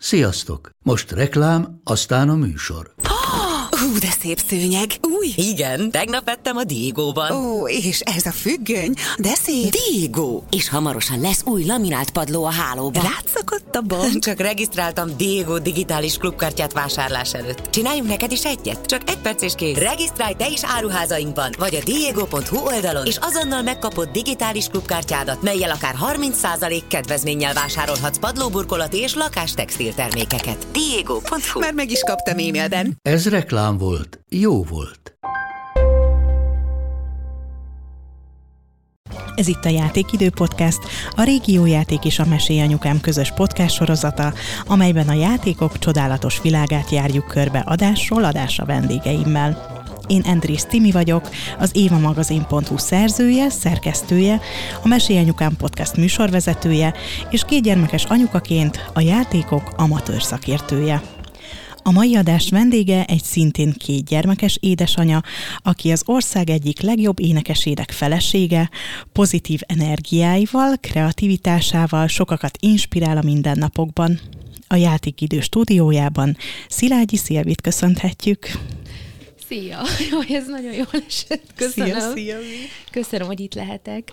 Sziasztok! Most reklám, aztán a műsor. De szép szőnyeg. Új? Igen, tegnap vettem a Diegóban. Ó, és ez a függöny, de szép. Diegó! És hamarosan lesz új laminált padló a hálóban. Rátszakadt a bank. Csak regisztráltam Diegó digitális klubkártyát vásárlás előtt. Csináljunk neked is egyet? Csak 1 perc és kész. Regisztrálj te is áruházainkban, vagy a diego.hu oldalon, és azonnal megkapod digitális klubkártyádat, mellyel akár 30% kedvezménnyel vásárolhatsz padlóburkolati és lakástextil termékeket. Diego.hu. Már meg is kaptam e-mailben. Ez reklám volt, jó volt. Ez itt a Játékidő Podcast, a Régiójáték és a Mesélyanyukám közös podcast sorozata, amelyben a játékok csodálatos világát járjuk körbe adásról adásra vendégeimmel. Én Endrész Timi vagyok, az évamagazin.hu szerzője, szerkesztője, a Mesélyanyukám podcast műsorvezetője, és 2 gyermekes anyukaként a játékok amatőr szakértője. A mai adás vendége egy szintén 2 gyermekes édesanya, aki az ország egyik legjobb énekesének felesége, pozitív energiáival, kreativitásával sokakat inspirál a mindennapokban. A Játékidő stúdiójában Szilágyi Szilvit köszönhetjük. Szia! Jó, ez nagyon jól esett. Köszönöm. Szia, Szilvi! Köszönöm, hogy itt lehetek.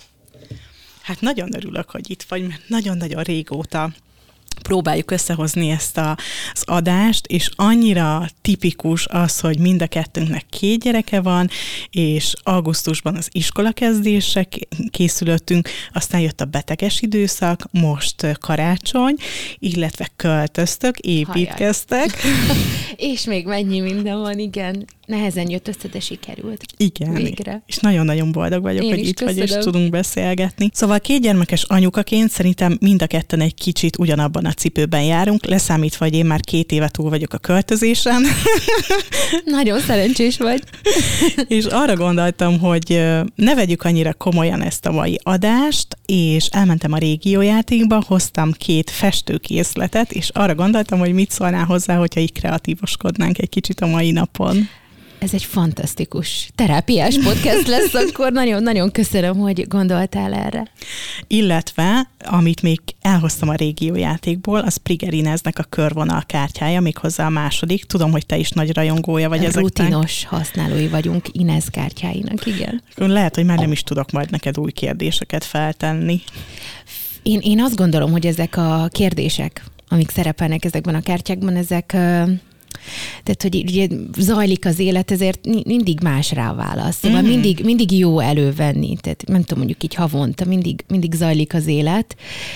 Hát nagyon örülök, hogy itt vagy, mert nagyon-nagyon régóta próbáljuk összehozni ezt az adást, és annyira tipikus az, hogy mind a kettőnknek 2 gyereke van, és augusztusban az iskolakezdésre készülöttünk, aztán jött a beteges időszak, most karácsony, illetve költöztök, építkeztek. És még mennyi minden van, igen. Nehezen jött össze, de sikerült. Igen, végre. És nagyon-nagyon boldog vagyok, Én hogy is itt köszönöm. vagy, és tudunk beszélgetni. Szóval 2 gyermekes anyukaként szerintem mind a ketten egy kicsit ugyanabban a cipőben járunk, leszámítva, hogy én már 2 éve túl vagyok a költözésen. Nagyon szerencsés vagy. És arra gondoltam, hogy ne vegyük annyira komolyan ezt a mai adást, és elmentem a Régiójátékba, hoztam 2 festőkészletet, és arra gondoltam, hogy mit szólnál hozzá, hogyha így kreatívoskodnánk egy kicsit a mai napon. Ez egy fantasztikus terápiás podcast lesz, akkor nagyon-nagyon köszönöm, hogy gondoltál erre. Illetve, amit még elhoztam a Régiójátékból, az Springer Ineznek a körvonal kártyája, méghozzá a második. Tudom, hogy te is nagy rajongója vagy ezeknek. Rutinos használói vagyunk Inez kártyáinak, igen. Lehet, hogy már nem is tudok majd neked új kérdéseket feltenni. Én azt gondolom, hogy ezek a kérdések, amik szerepelnek ezekben a kártyákban, ezek... Tehát, hogy ugye zajlik az élet, ezért mindig más rá a válasz. Szóval mindig jó elővenni. Tehát nem tudom, mondjuk így havonta, mindig zajlik az élet,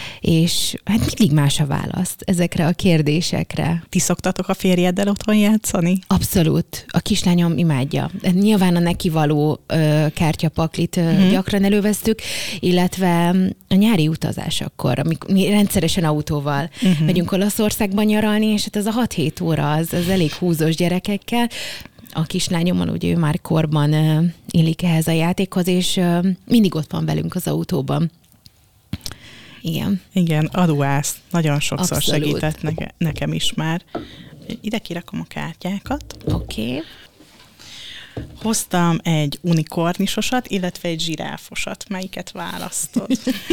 és hát mindig más a válasz ezekre a kérdésekre. Ti szoktatok a férjeddel otthon játszani? Abszolút. A kislányom imádja. Nyilván a neki való kártyapaklit gyakran elővesztük, illetve a nyári utazásakkor, amikor mi rendszeresen autóval megyünk Olaszországban nyaralni, és hát az a 6-7 óra az elég húzós gyerekekkel. A kislányommal ugye ő már korban illik ehhez a játékhoz, és mindig ott van velünk az autóban. Igen. Igen, aduász. Nagyon sokszor Abszolút. segített nekem is már. Ide kirakom a kártyákat. Oké. Hoztam egy unikornisosat, illetve egy zsiráfosat. Melyiket választod?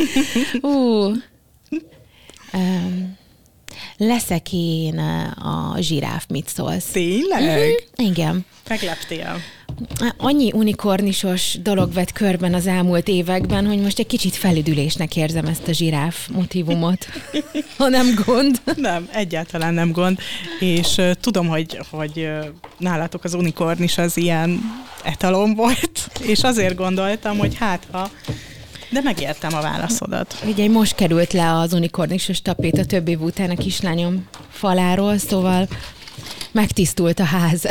Leszek én a zsiráf, mit szólsz? Tényleg? Igen. Megleptél. Annyi unikornisos dolog vett körben az elmúlt években, hogy most egy kicsit felüdülésnek érzem ezt a zsiráf motívumot. Ha nem gond. Nem, egyáltalán nem gond. És tudom, hogy nálatok az unikornis az ilyen etalon volt, és azért gondoltam, hogy de megértem a válaszodat. Ugye most került le az unikornisos tapéta több év után a kislányom faláról, szóval megtisztult a ház.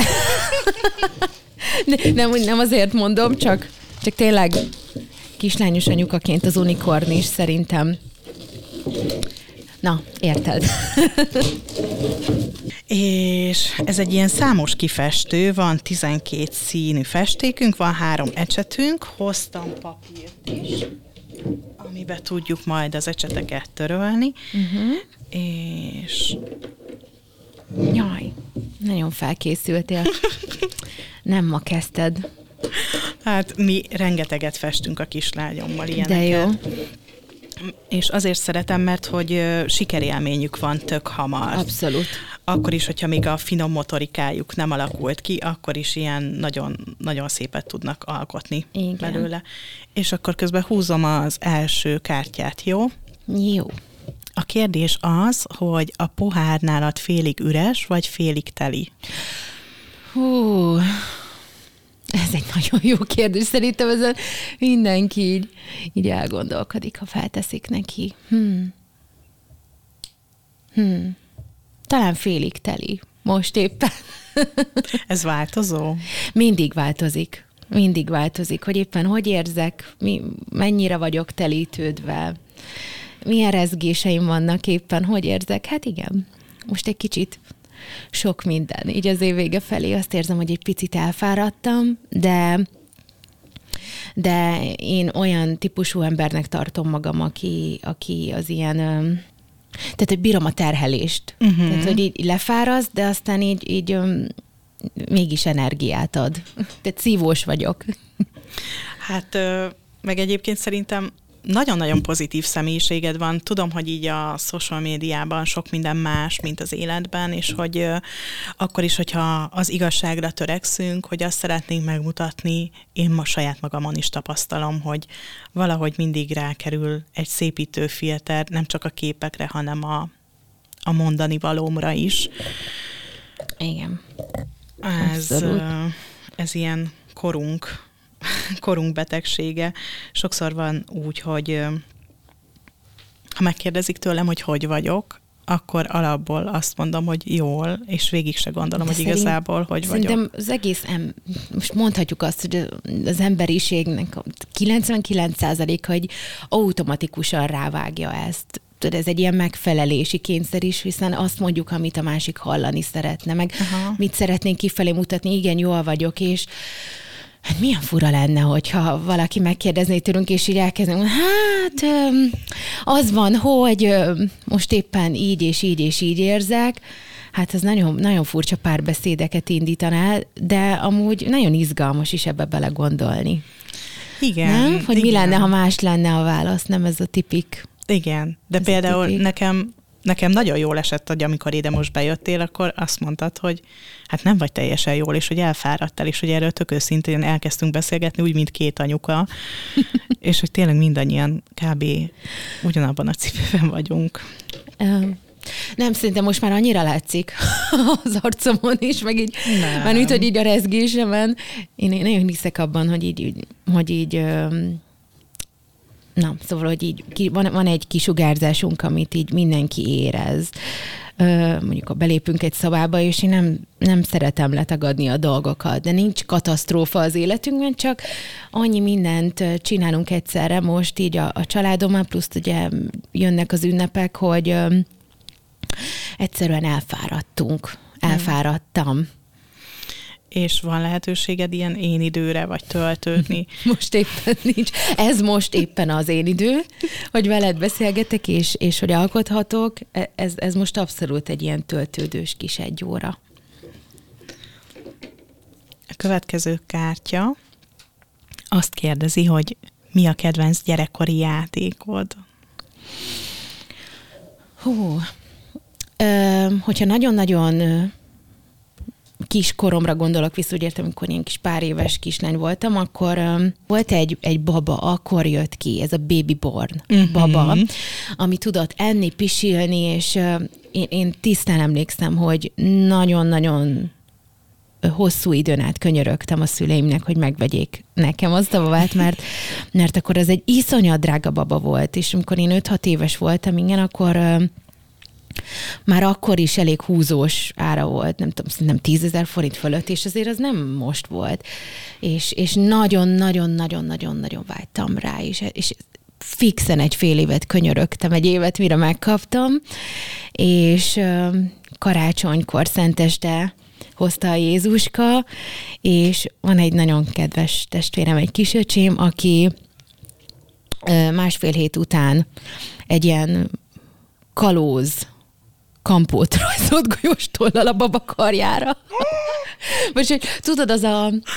Nem azért mondom, csak tényleg kislányos anyukaként az unikornis szerintem. Na, érted. És ez egy ilyen számos kifestő, van 12 színű festékünk, van 3 ecsetünk, hoztam papírt is, amiben tudjuk majd az ecseteket törölni, és... Jaj, nagyon felkészültél. Nem ma kezdted. Hát mi rengeteget festünk a kislányommal ilyeneket. De jó. És azért szeretem, mert hogy sikerélményük van tök hamar. Abszolút. Akkor is, hogyha még a finom motorikájuk nem alakult ki, akkor is ilyen nagyon, nagyon szépet tudnak alkotni belőle. És akkor közben húzom az első kártyát, jó? Jó. A kérdés az, hogy a pohár nálad félig üres, vagy félig teli? Hú, ez egy nagyon jó kérdés. Szerintem ezen mindenki így elgondolkodik, ha felteszik neki. Talán félig teli. Most éppen. Ez változó? Mindig változik, hogy éppen hogy érzek, mennyire vagyok telítődve, milyen rezgéseim vannak éppen, hogy érzek. Hát igen, most egy kicsit sok minden. Így az év vége felé azt érzem, hogy egy picit elfáradtam, de én olyan típusú embernek tartom magam, aki az ilyen... Tehát, hogy bírom a terhelést. Tehát, hogy így lefárasz, de aztán így mégis energiát ad. Tehát szívós vagyok. Hát, meg egyébként szerintem nagyon-nagyon pozitív személyiséged van. Tudom, hogy így a social médiában sok minden más, mint az életben, és hogy akkor is, hogyha az igazságra törekszünk, hogy azt szeretnénk megmutatni, én ma saját magamon is tapasztalom, hogy valahogy mindig rákerül egy szépítő filter, nem csak a képekre, hanem a mondani valómra is. Igen. Ez ilyen korunk betegsége. Sokszor van úgy, hogy ha megkérdezik tőlem, hogy vagyok, akkor alapból azt mondom, hogy jól, és végig se gondolom, hogy igazából hogy vagyok. Szerintem az egész, most mondhatjuk azt, hogy az emberiségnek 99%-a egy automatikusan rávágja ezt. Ez egy ilyen megfelelési kényszer is, hiszen azt mondjuk, amit a másik hallani szeretne, meg mit szeretnénk kifelé mutatni, igen, jól vagyok, és hát milyen fura lenne, hogyha valaki megkérdezné tőlünk, és így elkezdünk, az van, hogy most éppen így és így és így érzek, hát ez nagyon, nagyon furcsa párbeszédeket indítaná, de amúgy nagyon izgalmas is ebbe belegondolni. Igen. Nem? Hogy igen. Mi lenne, ha más lenne a válasz, nem ez a tipik. Igen, de ez például nekem nagyon jól esett, hogy amikor ide most bejöttél, akkor azt mondtad, hogy hát nem vagy teljesen jól, és hogy elfáradtál, és hogy erről tök őszintén elkezdtünk beszélgetni, úgy, mint két anyuka, és hogy tényleg mindannyian kb. Ugyanabban a cipőben vagyunk. Nem, szerintem most már annyira látszik az arcomon is, meg így, már mint, hogy így a rezgésemen. Én nagyon hiszek abban, hogy így na, szóval, hogy így van egy kisugárzásunk, amit így mindenki érez. Mondjuk, ha belépünk egy szobába, és én nem szeretem letagadni a dolgokat, de nincs katasztrófa az életünkben, csak annyi mindent csinálunk egyszerre most így a családommal, plusz ugye jönnek az ünnepek, hogy egyszerűen elfáradtam. És van lehetőséged ilyen én időre, vagy töltődni? Most éppen nincs. Ez most éppen az én idő, hogy veled beszélgetek, és hogy alkothatok. Ez most abszolút egy ilyen töltődős kis 1 óra. A következő kártya azt kérdezi, hogy mi a kedvenc gyerekkori játékod? Hogyha nagyon-nagyon kis koromra gondolok vissza, úgy értem, amikor én kis pár éves kislány voltam, akkor volt egy baba, akkor jött ki, ez a babyborn baba, ami tudott enni, pisilni, és én tisztán emlékszem, hogy nagyon-nagyon hosszú időn át könyörögtem a szüleimnek, hogy megvegyék nekem azt a babát, mert akkor ez egy iszonyat drága baba volt, és amikor én 5-6 éves voltam, igen, akkor már akkor is elég húzós ára volt, nem tudom, szerintem 10 000 forint fölött, és azért az nem most volt. És nagyon-nagyon-nagyon-nagyon-nagyon vágytam rá, és fixen egy fél évet könyörögtem, egy évet, mire megkaptam, és karácsonykor, szenteste hozta a Jézuska, és van egy nagyon kedves testvérem, egy kisöcsém, aki 1,5 hét után egy ilyen kalóz kampót rajzolt golyóstollal a baba karjára. Most, hogy tudod, az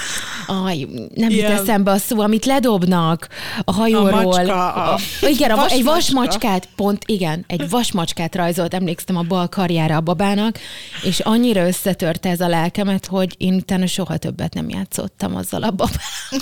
nem jut eszembe a szó, amit ledobnak a hajóról. Egy vasmacskát, egy vasmacskát rajzolt, emlékszem a bal karjára a babának, és annyira összetörte ez a lelkemet, hogy én utána soha többet nem játszottam azzal a babával.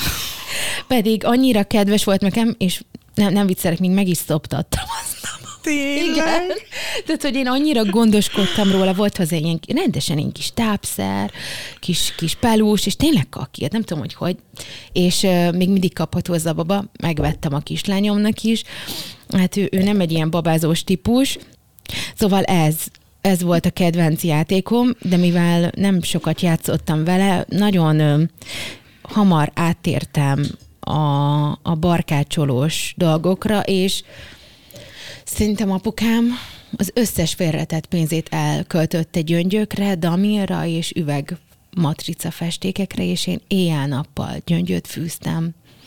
Pedig annyira kedves volt nekem, és nem viccelek, még meg is szoptattam azt. Igen. Tehát, hogy én annyira gondoskodtam róla, volt hozzá ilyen rendesen kis tápszer, kis pelús, és tényleg kaki, nem tudom, hogy. És még mindig kapható az a baba, megvettem a kislányomnak is. Hát ő nem egy ilyen babázós típus. Szóval ez volt a kedvenc játékom, de mivel nem sokat játszottam vele, nagyon hamar áttértem a barkácsolós dolgokra, és szerintem apukám az összes félretett pénzét elköltötte gyöngyökre, damilra és üvegmatrica festékekre, és én éjjel-nappal gyöngyöt fűztem,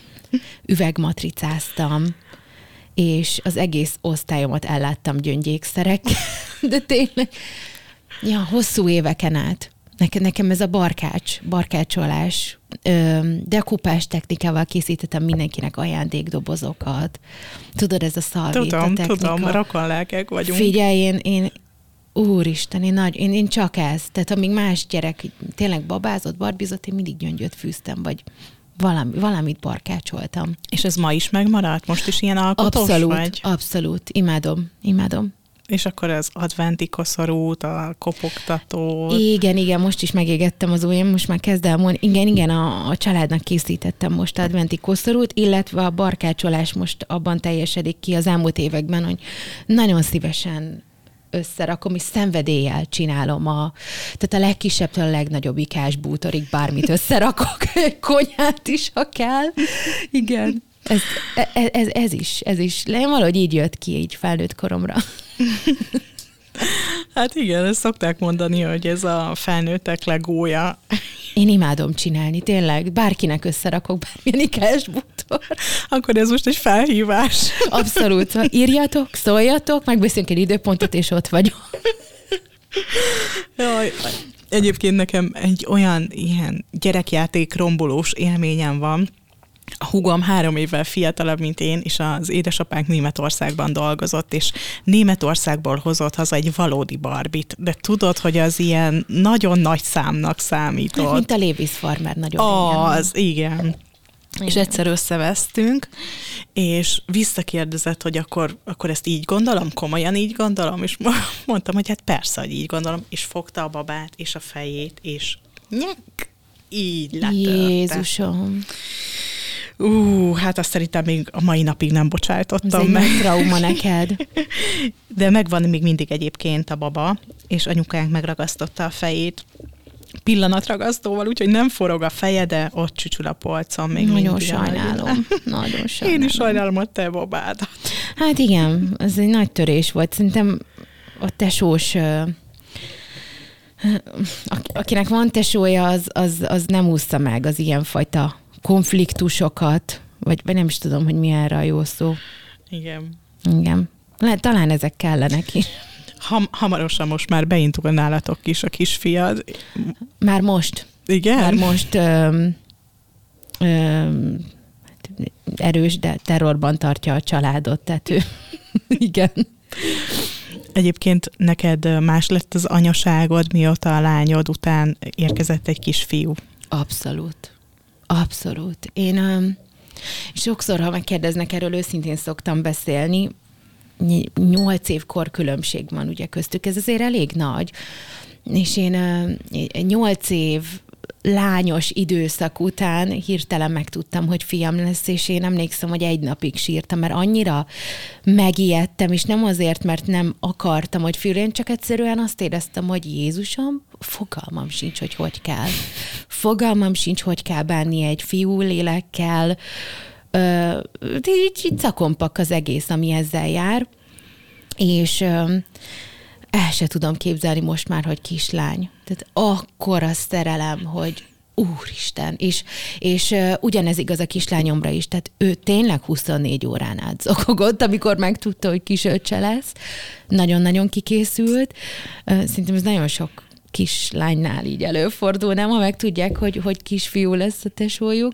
üvegmatricáztam, és az egész osztályomat elláttam gyöngyékszerekkel. De tényleg, hosszú éveken át. Nekem ez a barkácsolás, dekupás technikával készítettem mindenkinek ajándékdobozokat. Tudod, ez a szalvéta technika. Tudom, rokonlelkek vagyunk. Figyelj, én úristen, én csak ez. Tehát amíg más gyerek tényleg babázott, barbizott, én mindig gyöngyöt fűztem, vagy valamit barkácsoltam. És ez ma is megmaradt? Most is ilyen alkotós vagy? Abszolút. Imádom. És akkor az adventi koszorút, a kopogtató. Igen, most is megégettem az ujjam, most már kezd el mondani. Igen, a családnak készítettem most adventi koszorút, illetve a barkácsolás most abban teljesedik ki az elmúlt években, hogy nagyon szívesen összerakom, és szenvedéllyel csinálom tehát a legkisebbtől a legnagyobb ikás bútorig bármit összerakok, konyhát is, ha kell. Igen. Ez is. Valahogy így jött ki, így felnőtt koromra. Hát igen, ezt szokták mondani, hogy ez a felnőttek legója. Én imádom csinálni, tényleg. Bárkinek összerakok bármilyen ikás bútor. Akkor ez most egy felhívás. Abszolút. Írjatok, szóljatok, megbeszélünk egy időpontot, és ott vagyok. Jaj, egyébként nekem egy olyan ilyen gyerekjáték rombolós élményem van. A húgom 3 évvel fiatalabb, mint én, és az édesapánk Németországban dolgozott, és Németországból hozott haza egy valódi Barbit. De tudod, hogy az ilyen nagyon nagy számnak számított. Mint a Lewis Farmer nagyon az, igen. És egyszer összevesztünk, és visszakérdezett, hogy akkor ezt így gondolom, komolyan így gondolom, és mondtam, hogy hát persze, hogy így gondolom, és fogta a babát, és a fejét, és így letörte. Jézusom! Hát azt szerintem még a mai napig nem bocsájtottam meg. Ez egy trauma neked. De megvan még mindig egyébként a baba, és anyukánk megragasztotta a fejét pillanatragasztóval, úgyhogy nem forog a feje, de ott csücsül a polcon még nagyon mindig. Sajnálom. Nagyon sajnálom. Én is sajnálom a te babádat. Hát igen, ez egy nagy törés volt. Szerintem a tesós, akinek van tesója, az nem úszta meg az ilyenfajta konfliktusokat, vagy nem is tudom, hogy mi erre a jó szó. Igen. Talán ezek kellenek is. Hamarosan most már beindul nálatok is a kisfiad. Már most. Igen? Már most erős, de terrorban tartja a családot, tehát ő. Igen. Egyébként neked más lett az anyaságod, mióta a lányod után érkezett egy kisfiú? Abszolút. Én sokszor, ha megkérdeznek erről, őszintén szoktam beszélni, 8 év korkülönbség van ugye köztük, ez azért elég nagy. És én 8 év lányos időszak után hirtelen megtudtam, hogy fiam lesz, és én emlékszem, hogy egy napig sírtam, mert annyira megijedtem, és nem azért, mert nem akartam, hogy fiú, én csak egyszerűen azt éreztem, hogy Jézusom, fogalmam sincs, hogy kell. Fogalmam sincs, hogy kell bánni egy fiú lélekkel. Így cakompak az egész, ami ezzel jár. És el se tudom képzelni most már, hogy kislány. Tehát akkora szerelem, hogy úristen, és ugyanez igaz a kislányomra is, tehát ő tényleg 24 órán át zokogott, amikor megtudta, hogy kisöccse lesz. Nagyon-nagyon kikészült. Szerintem ez nagyon sok kislánynál így előfordul, nem? Ha meg tudják, hogy kisfiú lesz a tesójuk.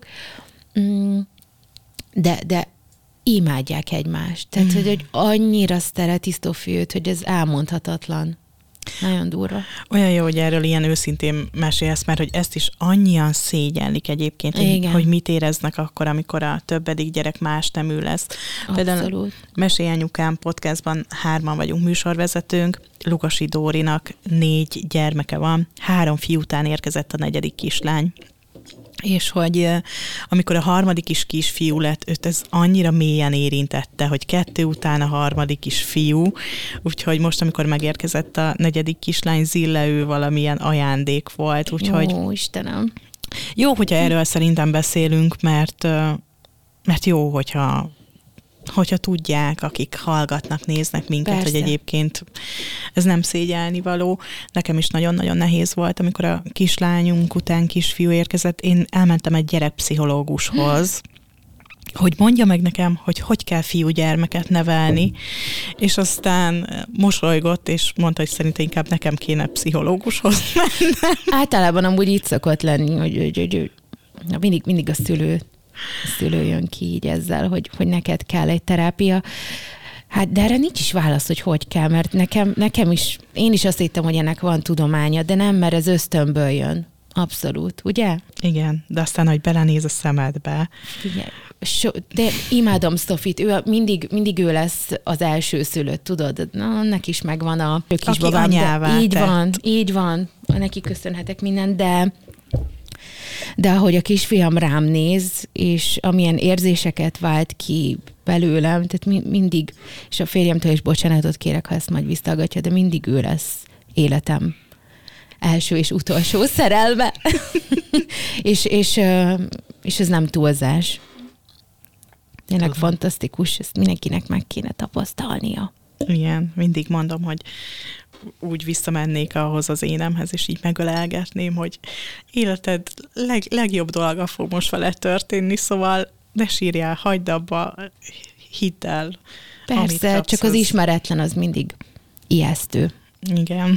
De imádják egymást. Tehát, hogy annyira sztere fiút, hogy ez elmondhatatlan. Nagyon durva. Olyan jó, hogy erről ilyen őszintén mesélsz, mert hogy ezt is annyian szégyellik egyébként, hogy mit éreznek akkor, amikor a többedik gyerek más nemű lesz. Például Mesélj Anyukám podcastban 3 vagyunk műsorvezetőnk, Lukasi Dórinak 4 gyermeke van, 3 fiú után érkezett a 4. kislány. És hogy amikor a 3. is kisfiú lett, őt ez annyira mélyen érintette, hogy 2 után a 3. is fiú, úgyhogy most, amikor megérkezett a 4. kislány, Zille, ő valamilyen ajándék volt. Úgyhogy ó, Istenem! Jó, hogyha erről szerintem beszélünk, mert jó, hogyha tudják, akik hallgatnak, néznek minket, persze, hogy egyébként ez nem szégyelni való. Nekem is nagyon-nagyon nehéz volt, amikor a kislányunk után kisfiú érkezett. Én elmentem egy gyerekpszichológushoz, hogy mondja meg nekem, hogy kell fiúgyermeket nevelni, és aztán mosolygott, és mondta, hogy szerintem inkább nekem kéne pszichológushoz mennem. Általában amúgy így szokott lenni, hogy mindig a szülő jön ki így ezzel, hogy neked kell egy terápia. Hát, de erre nincs is válasz, hogy kell, mert nekem is, én is azt hittem, hogy ennek van tudománya, de nem, mert ez ösztönből jön. Abszolút, ugye? Igen, de aztán, hogy belenéz a szemedbe. Igen. De imádom Szofit, mindig ő lesz az első szülött, tudod? Na, neki is megvan a kisbabám. Így van, neki köszönhetek mindent, de ahogy a kisfiam rám néz, és amilyen érzéseket vált ki belőlem, tehát mindig, és a férjemtől is bocsánatot kérek, ha ezt majd visszagatja, de mindig ő lesz életem első és utolsó szerelme. és ez nem túlzás. Tényleg fantasztikus, ezt mindenkinek meg kéne tapasztalnia. Igen, mindig mondom, hogy úgy visszamennék ahhoz az énemhez, és így megölelgetném, hogy életed legjobb dolga fog most vele történni, szóval ne sírjál, hagyd abba, hidd el. Persze, csak az ismeretlen az mindig ijesztő. Igen.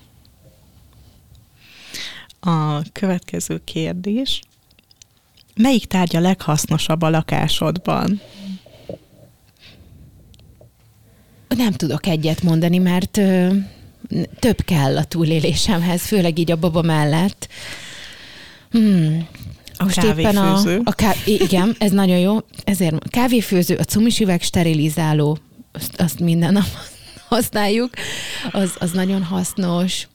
A következő kérdés. Melyik tárgy a leghasznosabb a lakásodban? Nem tudok egyet mondani, mert több kell a túlélésemhez, főleg így a baba mellett. A kávéfőző. Igen, ez nagyon jó. Ezért kávéfőző, a cumis üveg sterilizáló, azt minden nap használjuk. Az nagyon hasznos.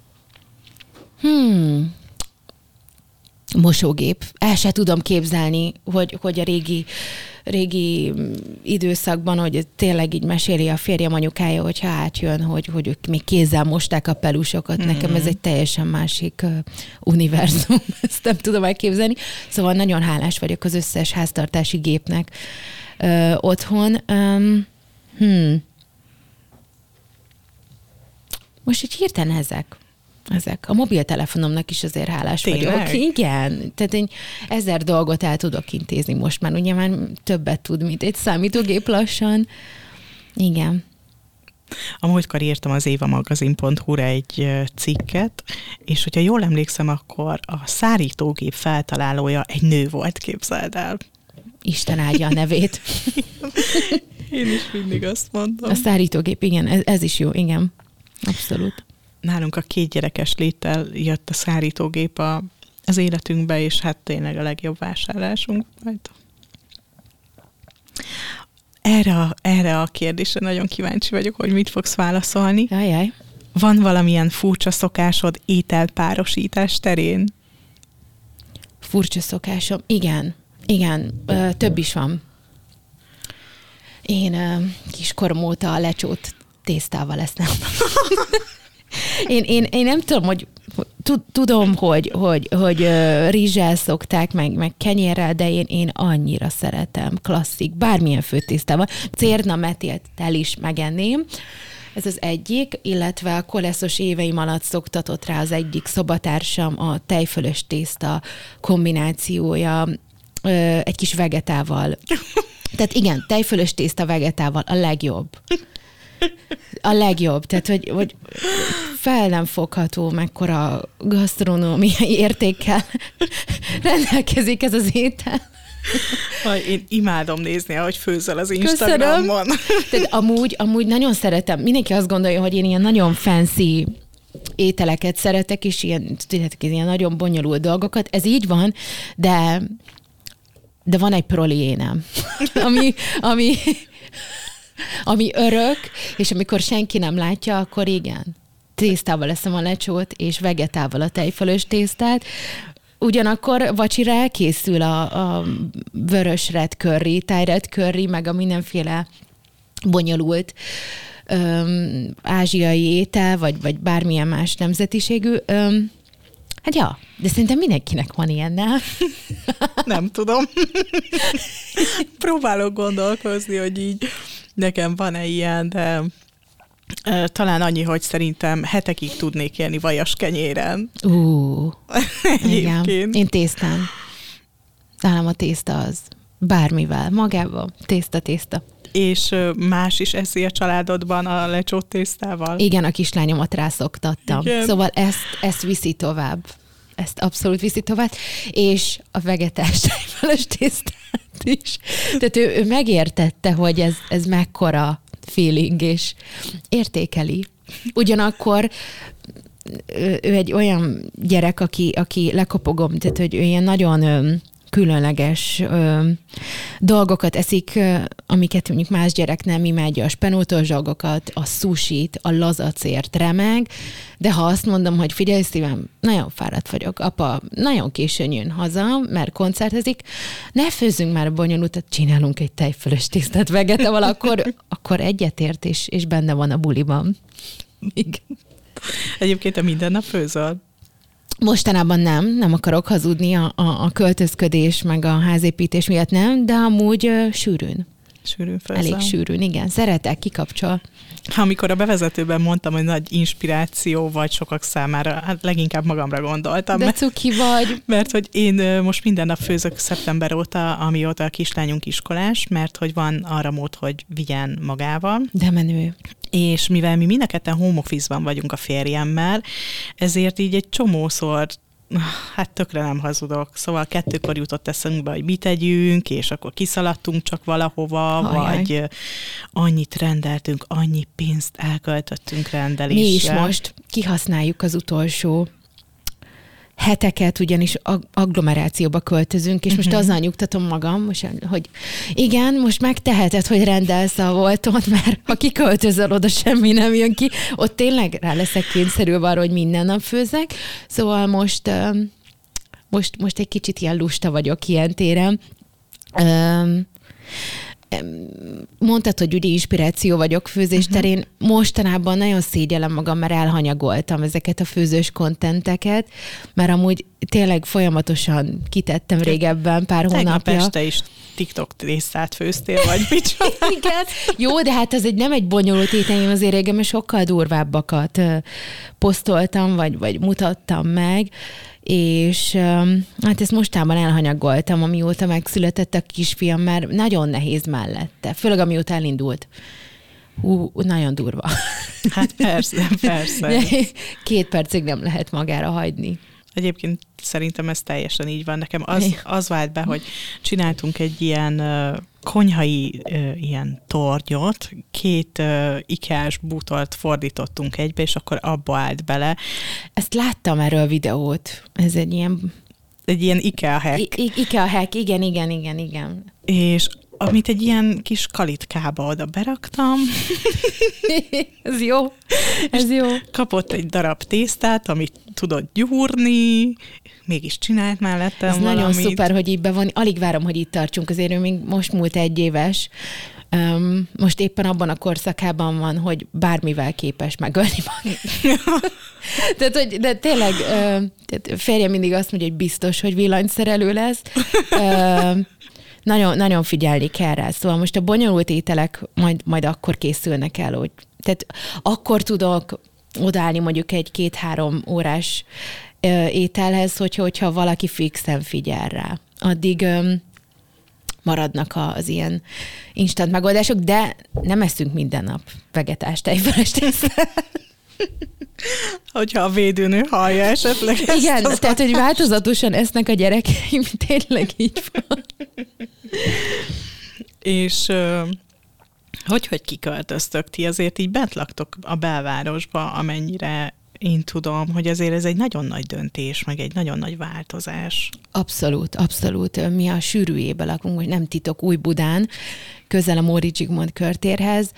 Mosógép. El se tudom képzelni, hogy a régi időszakban, hogy tényleg így meséli a férjem anyukája, hogyha átjön, hogy ők még kézzel mosták a pelusokat. Nekem ez egy teljesen másik univerzum. Ezt nem tudom elképzelni. Szóval nagyon hálás vagyok az összes háztartási gépnek otthon. Most így hirtelen ezek. A mobiltelefonomnak is azért hálás vagyok. Igen. Tehát én 1000 dolgot el tudok intézni most már. Ugye már többet tud, mint egy számítógép lassan. Igen. A múltkor írtam az évamagazin.hu-ra egy cikket, és hogyha jól emlékszem, akkor a szárítógép feltalálója egy nő volt, képzeld el. Isten áldja a nevét. Én is mindig azt mondom. A szárítógép, igen, ez is jó, igen. Abszolút. Nálunk a 2 gyerekes léttel jött a szárítógép az életünkbe, és hát tényleg a legjobb vásárlásunk volt. Erre a kérdésre nagyon kíváncsi vagyok, hogy mit fogsz válaszolni. Jaj. Van valamilyen furcsa szokásod ételpárosítás terén? Furcsa szokásom? Igen. Több is van. Én kiskorom óta a lecsót tésztával eszem. Én nem tudom, hogy tudom, hogy rizssel szokták, meg kenyérrel, de én annyira szeretem, klasszik, bármilyen főtésztával. Cérna metéltel is megenném. Ez az egyik, illetve a koleszos éveim alatt szoktatott rá az egyik szobatársam a tejfölös tészta kombinációja egy kis vegetával. Tehát igen, tejfölös tészta vegetával a legjobb. A legjobb, tehát hogy fel nem fogható, mekkora gasztronómiai értékkel rendelkezik ez az étel. Én imádom nézni, ahogy főzöl az Instagramon. Tehát amúgy nagyon szeretem. Mindenki azt gondolja, hogy én ilyen nagyon fancy ételeket szeretek, és ilyen nagyon bonyolult dolgokat. Ez így van, de van egy proliénem, ami örök, és amikor senki nem látja, akkor igen, tésztával eszem a lecsót, és vegetával a tejfölös tésztát. Ugyanakkor vacsira elkészül a vörös red curry, thai red curry, meg a mindenféle bonyolult ázsiai étel, vagy bármilyen más nemzetiségű. Hát ja, de szerintem mindenkinek van ilyen, nem? Nem tudom. Próbálok gondolkozni, hogy így nekem van-e ilyen, de talán annyi, hogy szerintem hetekig tudnék élni vajas kenyéren. Igen. Én tésztán. Nálam a tészta az. Bármivel. Magával. Tészta. És más is eszi a családodban a lecsót tésztával? Igen, a kislányomat rászoktattam. Igen. Szóval ezt viszi tovább. Ezt abszolút viszi tovább. És a vegetás tejfölös tésztát is. Tehát ő megértette, hogy ez mekkora feeling, és értékeli. Ugyanakkor ő egy olyan gyerek, aki lekopogom, tehát hogy ő ilyen nagyon különleges dolgokat eszik, amiket mondjuk más gyerek nem imádja, a spenótos dolgokat, a sushit, a lazacért remeg, de ha azt mondom, hogy figyelj szívem, nagyon fáradt vagyok, apa nagyon későn jön haza, mert koncertezik, ne főzzünk már a bonyolultat, csinálunk egy tejfölös tésztát vegetával, akkor egyetért és benne van a buliban. Igen. Egyébként te minden nap főzöl? Mostanában nem akarok hazudni a költözködés, meg a házépítés miatt nem, de amúgy sűrűn. Sűrűn főzöl. Elég sűrűn, igen. Szeretek, kikapcsol. Amikor a bevezetőben mondtam, hogy nagy inspiráció vagy sokak számára, hát leginkább magamra gondoltam. De cuki vagy. Mert hogy én most minden nap főzök szeptember óta, amióta a kislányunk iskolás, mert hogy van arra mód, hogy vigyen magával. De menő. És mivel mi mind a ketten home office-ban vagyunk a férjemmel, ezért így egy csomószor, hát tökre nem hazudok, szóval 2-kor jutott eszünkbe, hogy mit tegyünk, és akkor kiszaladtunk csak valahova, vagy annyit rendeltünk, annyi pénzt elköltöttünk rendelésre. Mi is most kihasználjuk az utolsó heteket, ugyanis agglomerációba költözünk, és most azzal nyugtatom magam, hogy igen, most megteheted, hogy rendelsz a Volton, mert ha kiköltözöl, oda semmi nem jön ki. Ott tényleg rá leszek kényszerülve arra, hogy minden nap főzek. Szóval most egy kicsit ilyen lusta vagyok ilyen téren. Mondtad, hogy ugye inspiráció vagyok főzés terén. Mostanában nagyon szégyellem magam, mert elhanyagoltam ezeket a főzős kontenteket, mert amúgy tényleg folyamatosan kitettem régebben, pár hónapja. Tegnap este is TikTok tésztát főztél, vagy micsoda? Igen. Jó, de hát ez nem egy bonyolult étel, én azért régen sokkal durvábbakat posztoltam, vagy mutattam meg, és hát ezt mostában elhanyagoltam, amióta megszületett a kisfiam, mert nagyon nehéz mellette, főleg amióta elindult. Nagyon durva. Hát persze. 2 percig nem lehet magára hagyni. Egyébként szerintem ez teljesen így van. Nekem az vált be, hogy csináltunk egy ilyen konyhai ilyen tornyot, 2 IKEA-s bútort fordítottunk egybe, és akkor abba állt bele. Ezt láttam erről videót. Ez egy ilyen IKEA hack. IKEA hack, igen. És amit egy ilyen kis kalitkába oda beraktam. Ez jó. Kapott egy darab tésztát, amit tudott gyúrni, mégis csinált mellettem ez valamit. Nagyon szuper, hogy így be van. Alig várom, hogy itt tartsunk, azért ő még most múlt 1 éves. Most éppen abban a korszakában van, hogy bármivel képes megölni magát. De tényleg férjem mindig azt mondja, hogy biztos, hogy villanyszerelő lesz. Nagyon, nagyon figyelni kell rá. Szóval most a bonyolult ételek majd akkor készülnek el, hogy tehát akkor tudok odállni mondjuk egy 2-3 órás ételhez, hogyha valaki fixen figyel rá. Addig maradnak az ilyen instant megoldások, de nem eszünk minden nap vegetás tejfölös tésztát. Hogyha a védőnő hallja esetleg ezt. Igen, tehát, hogy változatosan esznek a gyerekeim, tényleg így van. És hogy kiköltöztök ti? Azért így bent laktok a belvárosba, amennyire én tudom, hogy azért ez egy nagyon nagy döntés, meg egy nagyon nagy változás. Abszolút, abszolút. Mi a sűrűjébe lakunk, hogy nem titok, Újbudán, közel a Móricz Zsigmond körtérhez.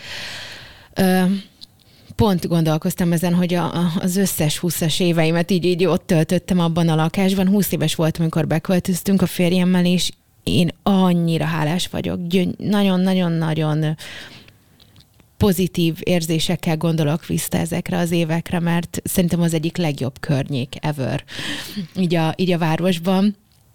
Pont gondolkoztam ezen, hogy az összes 20-as éveimet így ott töltöttem abban a lakásban. 20 éves voltam, amikor beköltöztünk a férjemmel, és én annyira hálás vagyok. Nagyon-nagyon-nagyon pozitív érzésekkel gondolok vissza ezekre az évekre, mert szerintem az egyik legjobb környék ever így a városban.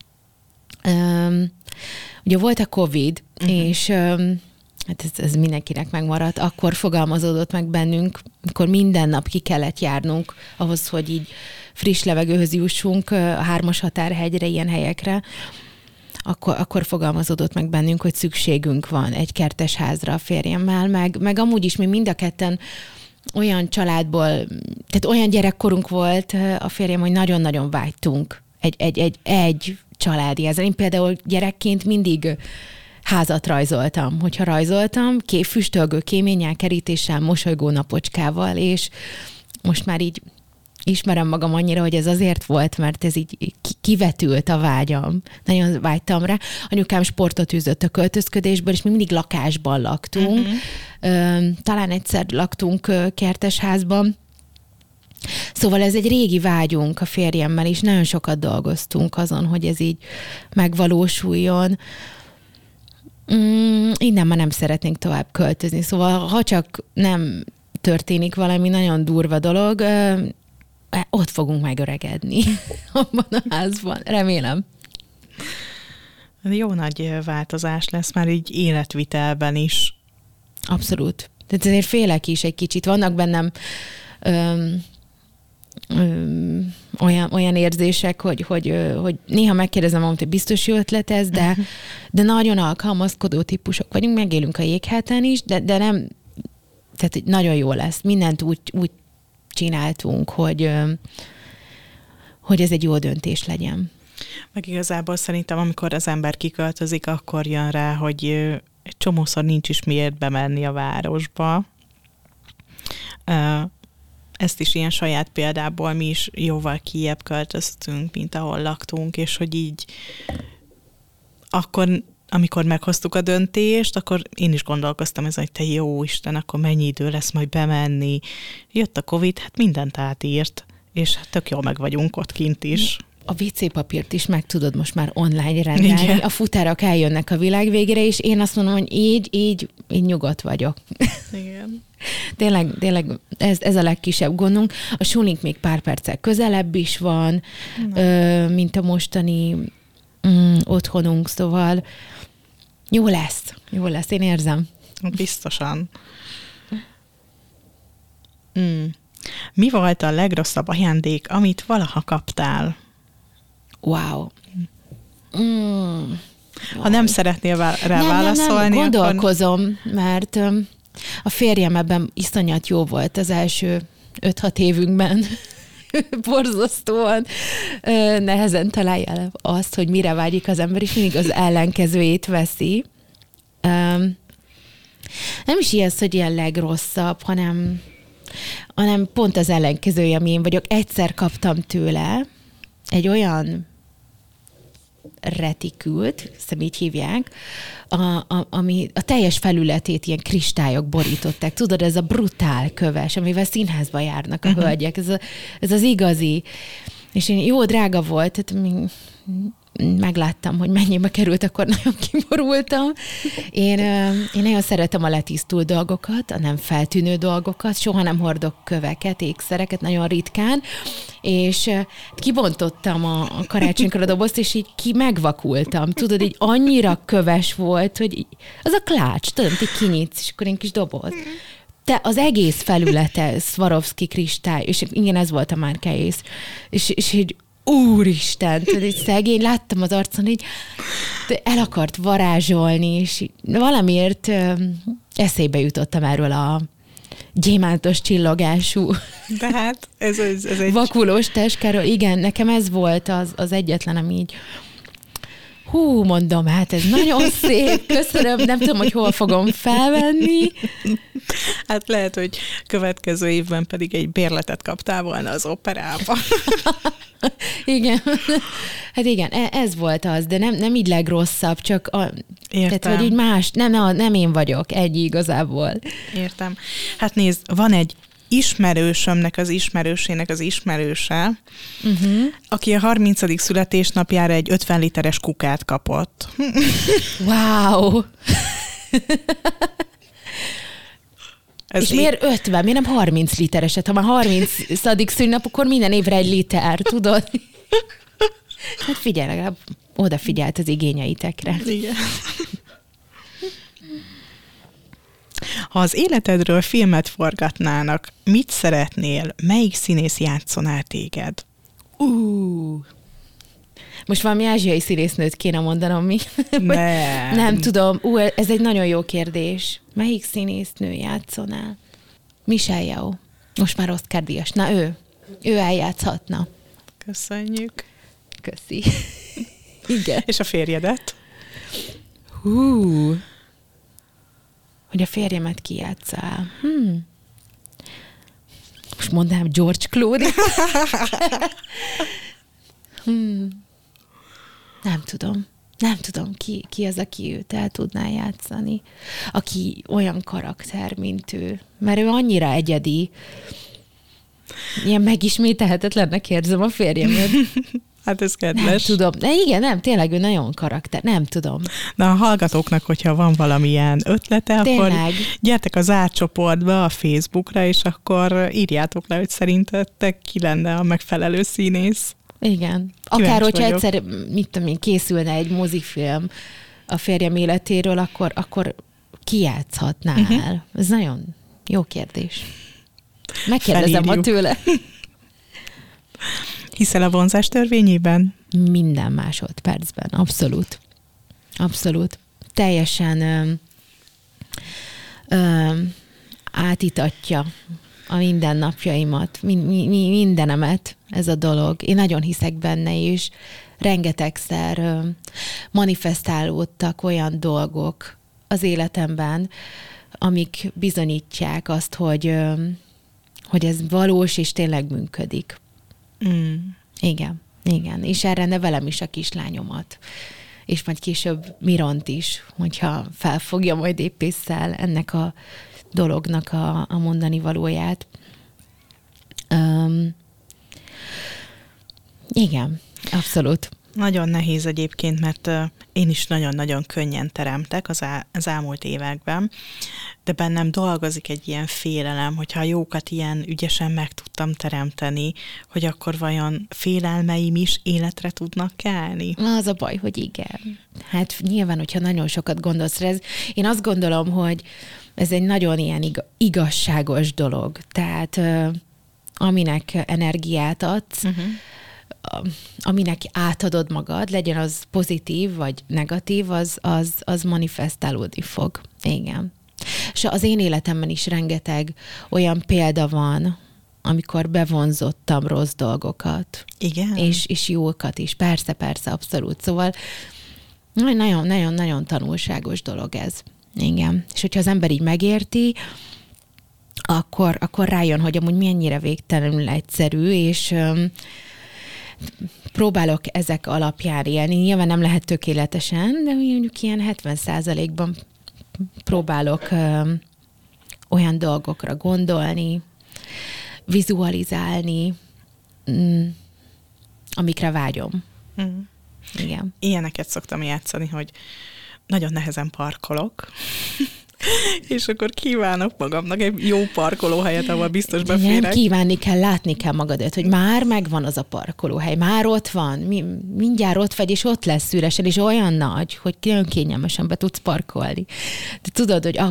Ugye volt a Covid, és hát ez mindenkinek megmaradt, akkor fogalmazódott meg bennünk, amikor minden nap ki kellett járnunk ahhoz, hogy így friss levegőhöz jussunk a 3-as határhegyre, ilyen helyekre, akkor fogalmazódott meg bennünk, hogy szükségünk van egy kertes házra a férjemmel, meg amúgy is mi mind a ketten olyan családból, tehát olyan gyerekkorunk volt a férjem, hogy nagyon-nagyon vágytunk egy családi házra. Én például gyerekként mindig házat rajzoltam. Hogyha rajzoltam, füstölgő kéménnyel, kerítéssel, mosolygó napocskával, és most már így ismerem magam annyira, hogy ez azért volt, mert ez így kivetült a vágyam. Nagyon vágytam rá. Anyukám sportot űzött a költözködésből, és mi mindig lakásban laktunk. Talán egyszer laktunk kertesházban. Szóval ez egy régi vágyunk a férjemmel, és nagyon sokat dolgoztunk azon, hogy ez így megvalósuljon. Innen már nem szeretnénk tovább költözni. Szóval ha csak nem történik valami nagyon durva dolog, ott fogunk megöregedni abban a házban. Remélem. Jó nagy változás lesz már így életvitelben is. Abszolút. Tehát azért félek is egy kicsit. Vannak bennem olyan érzések, hogy néha megkérdezem magam, hogy biztos jó ötlet ez, de nagyon alkalmazkodó típusok vagyunk, megélünk a jéghátán is, de nem, tehát nagyon jó lesz. Mindent úgy csináltunk, hogy ez egy jó döntés legyen. Meg igazából szerintem, amikor az ember kiköltözik, akkor jön rá, hogy egy csomószor nincs is miért bemenni a városba. Ezt is ilyen saját példából mi is jóval kijebb költöztünk, mint ahol laktunk, és hogy így akkor, amikor meghoztuk a döntést, akkor én is gondolkoztam ezen, hogy te jó Isten, akkor mennyi idő lesz majd bemenni. Jött a Covid, hát mindent átírt, és hát tök jól meg vagyunk ott kint is. A WC papírt is meg tudod most már online rendelni. Igen. A futárak eljönnek a világ végére, és én azt mondom, hogy így nyugodt vagyok. Igen. Tényleg ez a legkisebb gondunk. A sulink még pár perccel közelebb is van, mint a mostani otthonunk, szóval jó lesz, én érzem. Biztosan. Mi volt a legrosszabb ajándék, amit valaha kaptál? Wow. Ha nem szeretnél rá válaszolni, nem, gondolkozom, mert a férjem ebben iszonyat jó volt az első 5-6 évünkben. Borzasztóan nehezen találja el azt, hogy mire vágyik az ember, és mindig az ellenkezőjét veszi. Nem is ilyen, hogy ilyen legrosszabb, hanem pont az ellenkezője, ami én vagyok. Egyszer kaptam tőle egy olyan retikült, hiszem így hívják, ami a teljes felületét ilyen kristályok borították. Tudod, ez a brutál köves, amivel színházba járnak a hölgyek. Ez az igazi. És én jó drága volt, tehát megláttam, hogy mennyibe került, akkor nagyon kiborultam. Én nagyon szeretem a letisztult dolgokat, a nem feltűnő dolgokat, soha nem hordok köveket, ékszereket, nagyon ritkán, és kibontottam a karácsonykor a dobozt, és így megvakultam. Tudod, így annyira köves volt, hogy az a klács, tudod, hogy kinyitsz, és akkor egy kis doboz. Te az egész felülete Swarovski kristály, és igen, ez volt a márkája, és így úristen, tudod, így szegény, láttam az arcon, így el akart varázsolni, és valamiért eszébe jutottam erről a gyémántos csillogású de hát ez egy... vakulós teskáról. Igen, nekem ez volt az egyetlen, ami így mondom, hát ez nagyon szép, köszönöm, nem tudom, hogy hol fogom felvenni. Hát lehet, hogy következő évben pedig egy bérletet kaptál volna az operába. Igen. Hát igen, ez volt az, de nem így legrosszabb, csak tehát, hogy így más, nem én vagyok, egy igazából. Értem. Hát nézd, van egy ismerősömnek az ismerősének az ismerőse, aki a 30. születésnapjára egy 50 literes kukát kapott. Wow! És miért 50? Miért nem 30 litereset? Ha már 30. szülinap, akkor minden évre 1 liter, tudod? Hát figyelj, legalább odafigyelt az igényeitekre. Igen. Ha az életedről filmet forgatnának, mit szeretnél? Melyik színész játszanál téged? Most valami ázsiai színésznőt kéne mondanom, mi? Nem. Nem tudom. Ez egy nagyon jó kérdés. Melyik színésznő játszanál? Michelle Yeoh. Most már Oscar-díjas. Na ő eljátszhatna. Köszönjük. Köszi. Igen. És a férjedet? Hogy a férjemet kijátszál. Most mondanám George Clooney. Nem tudom, ki az, aki őt el tudná játszani. Aki olyan karakter, mint ő. Mert ő annyira egyedi. Ilyen megismételhetetlennek érzem a férjemet. Hát ez kedves. Nem tudom. De igen, tényleg ő nagyon karakter. Nem tudom. Na a hallgatóknak, hogyha van valamilyen ötlete, tényleg. Akkor gyertek a zárt csoportba, a Facebookra, és akkor írjátok le, hogy szerintetek ki lenne a megfelelő színész. Igen. Akár, hogyha egyszer, mit tudom én, készülne egy mozifilm a férjem életéről, akkor ki játszhatná el? Ez nagyon jó kérdés. Megkérdezem ma tőle. Hiszel a vonzás törvényében? Minden másodpercben. Abszolút. Abszolút. Teljesen átítatja a mindennapjaimat, mindenemet ez a dolog. Én nagyon hiszek benne is. Rengetegszer manifestálódtak olyan dolgok az életemben, amik bizonyítják azt, hogy ez valós és tényleg működik. Igen. És erre nevelem is a kislányomat. És majd később Miront is, hogyha felfogja majd épésszel ennek a dolognak a mondani valóját. Igen, abszolút. Nagyon nehéz egyébként, mert én is nagyon-nagyon könnyen teremtek az elmúlt években, de bennem dolgozik egy ilyen félelem, hogyha a jókat ilyen ügyesen meg tudtam teremteni, hogy akkor vajon félelmeim is életre tudnak kelni? Az a baj, hogy igen. Hát nyilván, hogyha nagyon sokat gondolsz rá, én azt gondolom, hogy ez egy nagyon ilyen igazságos dolog. Tehát aminek energiát adsz, aminek átadod magad, legyen az pozitív vagy negatív, az manifestálódni fog. Igen. És az én életemben is rengeteg olyan példa van, amikor bevonzottam rossz dolgokat. Igen. És jókat is. Persze, abszolút. Szóval nagyon-nagyon tanulságos dolog ez. Igen. És hogyha az ember így megérti, akkor rájön, hogy amúgy mennyire végtelenül egyszerű, és próbálok ezek alapján élni. Nyilván nem lehet tökéletesen, de mondjuk ilyen 70%-ban próbálok olyan dolgokra gondolni, vizualizálni, amikre vágyom. Igen. Ilyeneket szoktam játszani, hogy nagyon nehezen parkolok, és akkor kívánok magamnak egy jó parkolóhelyet, ahol biztos beférek. Nem kívánni kell, látni kell magadat, hogy már megvan az a parkolóhely, már ott van, mindjárt ott vagy, és ott lesz üresen, és olyan nagy, hogy nagyon kényelmesen be tudsz parkolni. De tudod, hogy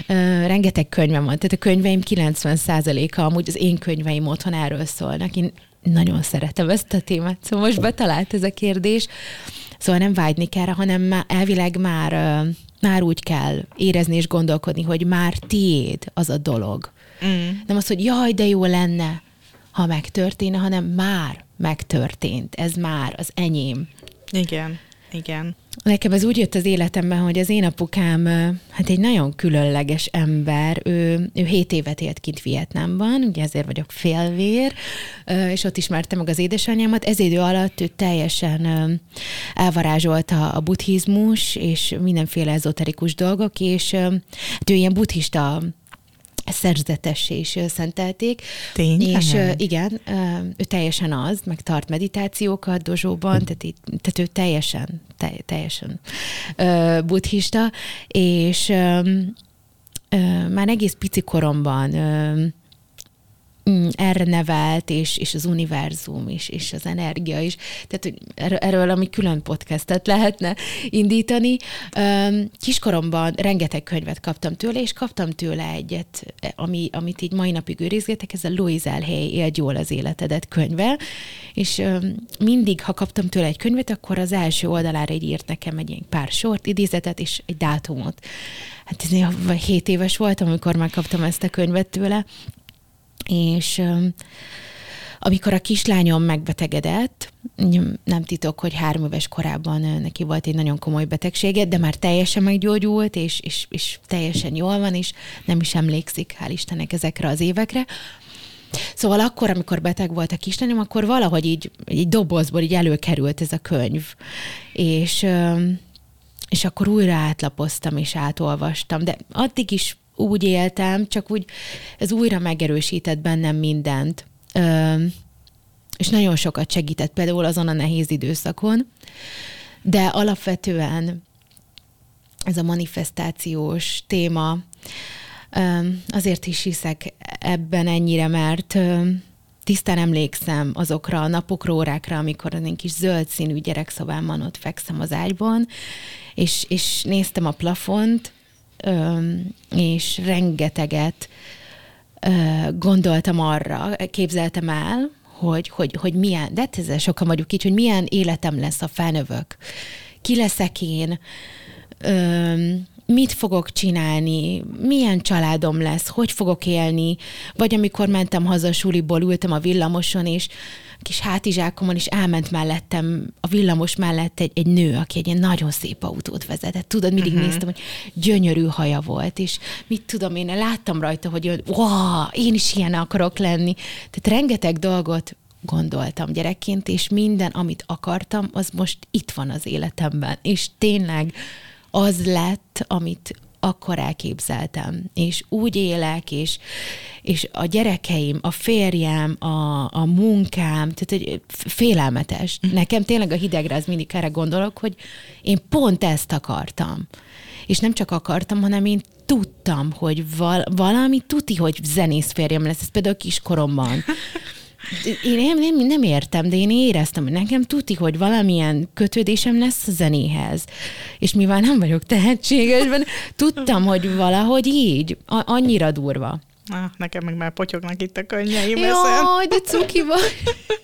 rengeteg könyvem van, tehát a könyveim 90%-a amúgy az én könyveim otthon erről szólnak. Én nagyon szeretem ezt a témát, szóval most betalált ez a kérdés. Szóval nem vágyni kell rá, hanem elvileg már úgy kell érezni és gondolkodni, hogy már tiéd az a dolog. Nem az, hogy jaj, de jó lenne, ha megtörténne, hanem már megtörtént. Ez már az enyém. Igen. Nekem ez úgy jött az életemben, hogy az én apukám hát egy nagyon különleges ember. Ő 7 évet élt kint Vietnámban, ugye ezért vagyok félvér, és ott ismertem meg az édesanyámat. Ez idő alatt ő teljesen elvarázsolta a buddhizmus, és mindenféle ezoterikus dolgok, és ő ilyen buddhista szerzetessé is szentelték. Tényleg? És igen, ő teljesen az, meg tart meditációkat dozsóban, tehát ő teljesen buddhista, és már egész pici koromban erre nevelt, és az univerzum is, és az energia is. Tehát hogy erről ami külön podcastet lehetne indítani. Kiskoromban rengeteg könyvet kaptam tőle, és kaptam tőle egyet, amit így mai napig őrizgetek, ez a Louise L. Hay Éld jól az életedet könyve, és mindig, ha kaptam tőle egy könyvet, akkor az első oldalára így írt nekem egy ilyen pár sort, idézetet, és egy dátumot. Hát 7 éves voltam, amikor megkaptam ezt a könyvet tőle, és amikor a kislányom megbetegedett, nem titok, hogy 3 éves korában neki volt egy nagyon komoly betegsége, de már teljesen meggyógyult, és teljesen jól van, és nem is emlékszik, hál' Istennek, ezekre az évekre. Szóval akkor, amikor beteg volt a kislányom, akkor valahogy így egy dobozból így előkerült ez a könyv, és akkor újra átlapoztam, és átolvastam, de addig is úgy éltem, csak úgy ez újra megerősített bennem mindent. És nagyon sokat segített például azon a nehéz időszakon, de alapvetően ez a manifestációs téma, azért is hiszek ebben ennyire, mert tisztán emlékszem azokra a napokra, órákra, amikor az én kis zöld színű gyerekszobámban ott fekszem az ágyban, és néztem a plafont, és rengeteget gondoltam arra, képzeltem el, hogy milyen, de ezzel sokan vagyunk így, hogy milyen életem lesz, ha felnövök. Ki leszek én, mit fogok csinálni, milyen családom lesz, hogy fogok élni, vagy amikor mentem haza a suliból, ültem a villamoson, és kis hátizsákomon is elment mellettem, a villamos mellett egy nő, aki egy ilyen nagyon szép autót vezetett. Tudod, mindig néztem, hogy gyönyörű haja volt, és mit tudom én, láttam rajta, hogy én is ilyen akarok lenni. Tehát rengeteg dolgot gondoltam gyerekként, és minden, amit akartam, az most itt van az életemben. És tényleg az lett, amit akkor elképzeltem. És úgy élek, és a gyerekeim, a férjem, a munkám, tehát hogy félelmetes. Nekem tényleg a hidegre az mindig erre gondolok, hogy én pont ezt akartam. És nem csak akartam, hanem én tudtam, hogy valami tuti, hogy zenész férjem lesz. Ez például kiskoromban. Én nem értem, de én éreztem, hogy nekem tuti, hogy valamilyen kötődésem lesz a zenéhez. És mivel nem vagyok tehetségesben, tudtam, hogy valahogy így, annyira durva. Nekem meg már potyognak itt a könnyeim. Jaj, de cuki vagy.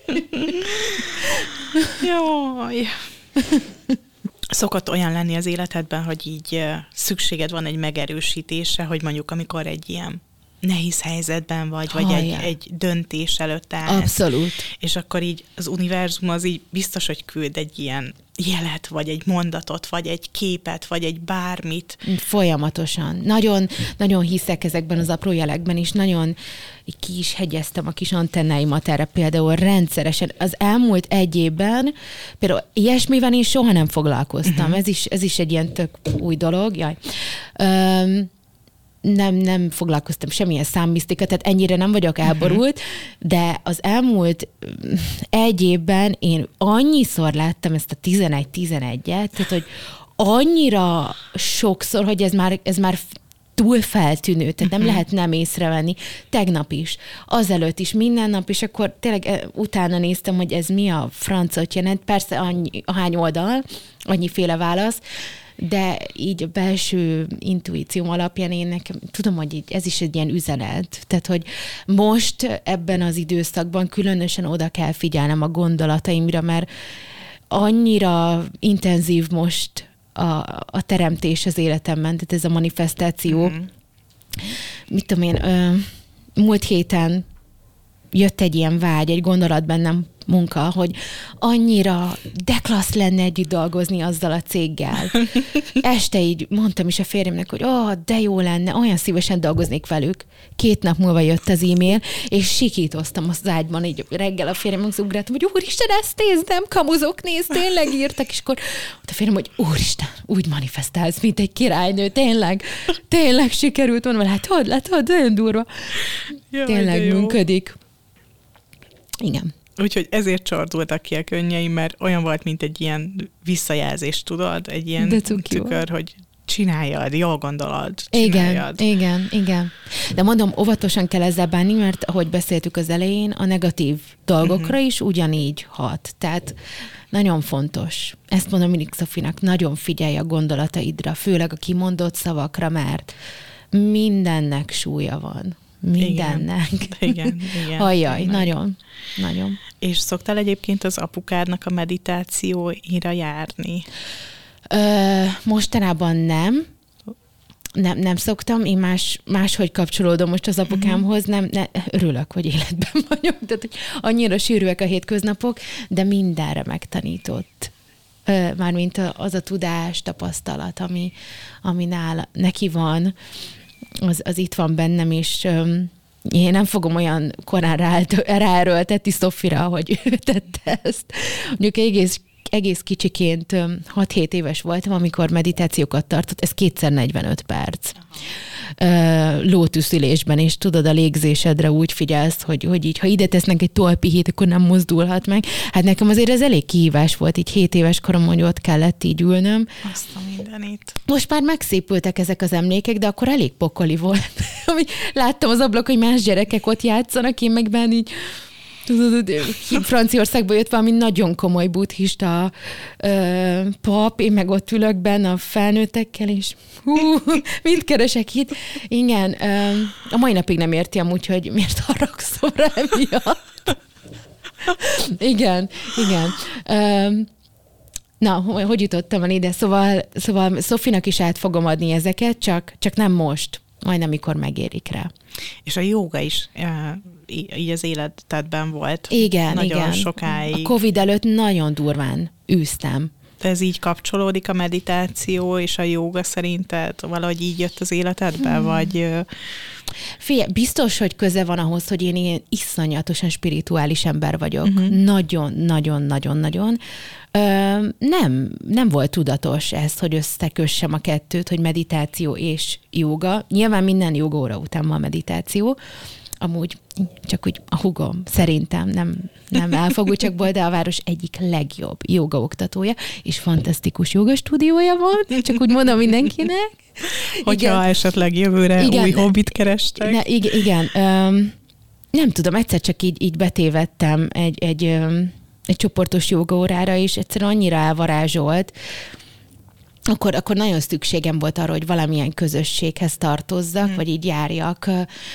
Jaj. Szokott olyan lenni az életedben, hogy így szükséged van egy megerősítésre, hogy mondjuk amikor egy ilyen nehéz helyzetben vagy egy döntés előtt állsz. Abszolút. És akkor így az univerzum az így biztos, hogy küld egy ilyen jelet, vagy egy mondatot, vagy egy képet, vagy egy bármit. Folyamatosan. Nagyon, nagyon hiszek ezekben az apró jelekben, és nagyon ki is hegyeztem a kis antennáimat erre például rendszeresen. Az elmúlt 1 évben például ilyesmivel én soha nem foglalkoztam. Ez is egy ilyen tök új dolog. Jaj. Nem foglalkoztam semmilyen számmisztika, tehát ennyire nem vagyok elborult, de az elmúlt 1 évben én annyiszor láttam ezt a 11-11-et, tehát hogy annyira sokszor, hogy ez már túl feltűnő, tehát nem lehet nem észrevenni. Tegnap is, azelőtt is, minden nap, és akkor tényleg utána néztem, hogy ez mi a francot jelent, persze ahány oldal, annyiféle válasz, de így a belső intuícióm alapján én nekem, tudom, hogy így, ez is egy ilyen üzenet. Tehát, hogy most ebben az időszakban különösen oda kell figyelnem a gondolataimra, mert annyira intenzív most a teremtés az életemben, tehát ez a manifestáció. Mit tudom én, múlt héten jött egy ilyen vágy, egy gondolat bennem, munka, hogy annyira de klassz lenne együtt dolgozni azzal a céggel. Este így mondtam is a férjemnek, hogy de jó lenne, olyan szívesen dolgoznék velük. 2 nap múlva jött az e-mail, és sikítoztam az ágyban, így reggel a férjemnek ugráltam, hogy úristen, ezt nézd, nem kamuzok, nézd, tényleg írtak, és akkor a férjem, hogy úristen, úgy manifestálsz, mint egy királynő, tényleg sikerült, mondom, látod, nagyon durva. Jaj, tényleg működik. Igen. Úgyhogy ezért csordultak ki a könnyeim, mert olyan volt, mint egy ilyen visszajelzés, tudod? Egy ilyen tükör, hogy csináljad, jól gondolod, csináljad. Igen. De mondom, óvatosan kell ezzel bánni, mert ahogy beszéltük az elején, a negatív dolgokra is ugyanígy hat. Tehát nagyon fontos. Ezt mondom mindig Szofinak, nagyon figyelj a gondolataidra, főleg a kimondott szavakra, mert mindennek súlya van. Mindennek. Igen. Ajjaj, nagyon. És szoktál egyébként az apukádnak a meditációira járni? Mostanában nem szoktam, én máshogy kapcsolódom most az apukámhoz, nem, örülök, hogy életben vagyok, tehát hogy annyira sűrűek a hétköznapok, de mindenre megtanított. Mármint az a tudás, tapasztalat, ami neki van, az itt van bennem, és én nem fogom olyan korán ráerőltetni Szofira, hogy ő tette ezt. Mondjuk egész kicsiként 6-7 éves voltam, amikor meditációkat tartott, ez 2x45 perc. Lótuszülésben, és tudod, a légzésedre úgy figyelsz, hogy így, ha ide tesznek egy tollpihét, akkor nem mozdulhat meg. Hát nekem azért ez elég kihívás volt, így 7 éves korom, hogy ott kellett így ülnöm. Azt a mindenit. Most már megszépültek ezek az emlékek, de akkor elég pokoli volt. Láttam az ablak, hogy más gyerekek ott játszanak, én meg benne így tudod, Franciaországból jött valami nagyon komoly buddhista pap, én meg ott ülök benne a felnőttekkel, és mit keresek itt? Igen, a mai napig nem érti amúgy, hogy miért haragszom rá miatt. Igen. Na, hogy jutottam el ide? Szóval Szofinak is át fogom adni ezeket, csak nem most, majd amikor megérik rá. És a jóga is így az életedben volt. Igen, nagyon sokáig. A Covid előtt nagyon durván űztem. De ez így kapcsolódik a meditáció és a jóga szerinted? Valahogy így jött az életedbe, vagy... Figyelj, biztos, hogy köze van ahhoz, hogy én ilyen iszonyatosan spirituális ember vagyok. Nagyon. Nem volt tudatos ez, hogy összekössem a kettőt, hogy meditáció és jóga. Nyilván minden jógóra után van meditáció. Amúgy csak úgy a hugom szerintem nem elfogultságból, de a város egyik legjobb jogaoktatója, és fantasztikus jogastúdiója van, csak úgy mondom mindenkinek. Hogyha esetleg jövőre új hobbit kerestek. Igen. Nem tudom, egyszer csak így betévedtem egy csoportos jogaórára, és egyszerűen annyira elvarázsolt, akkor nagyon szükségem volt arra, hogy valamilyen közösséghez tartozzak, vagy így járjak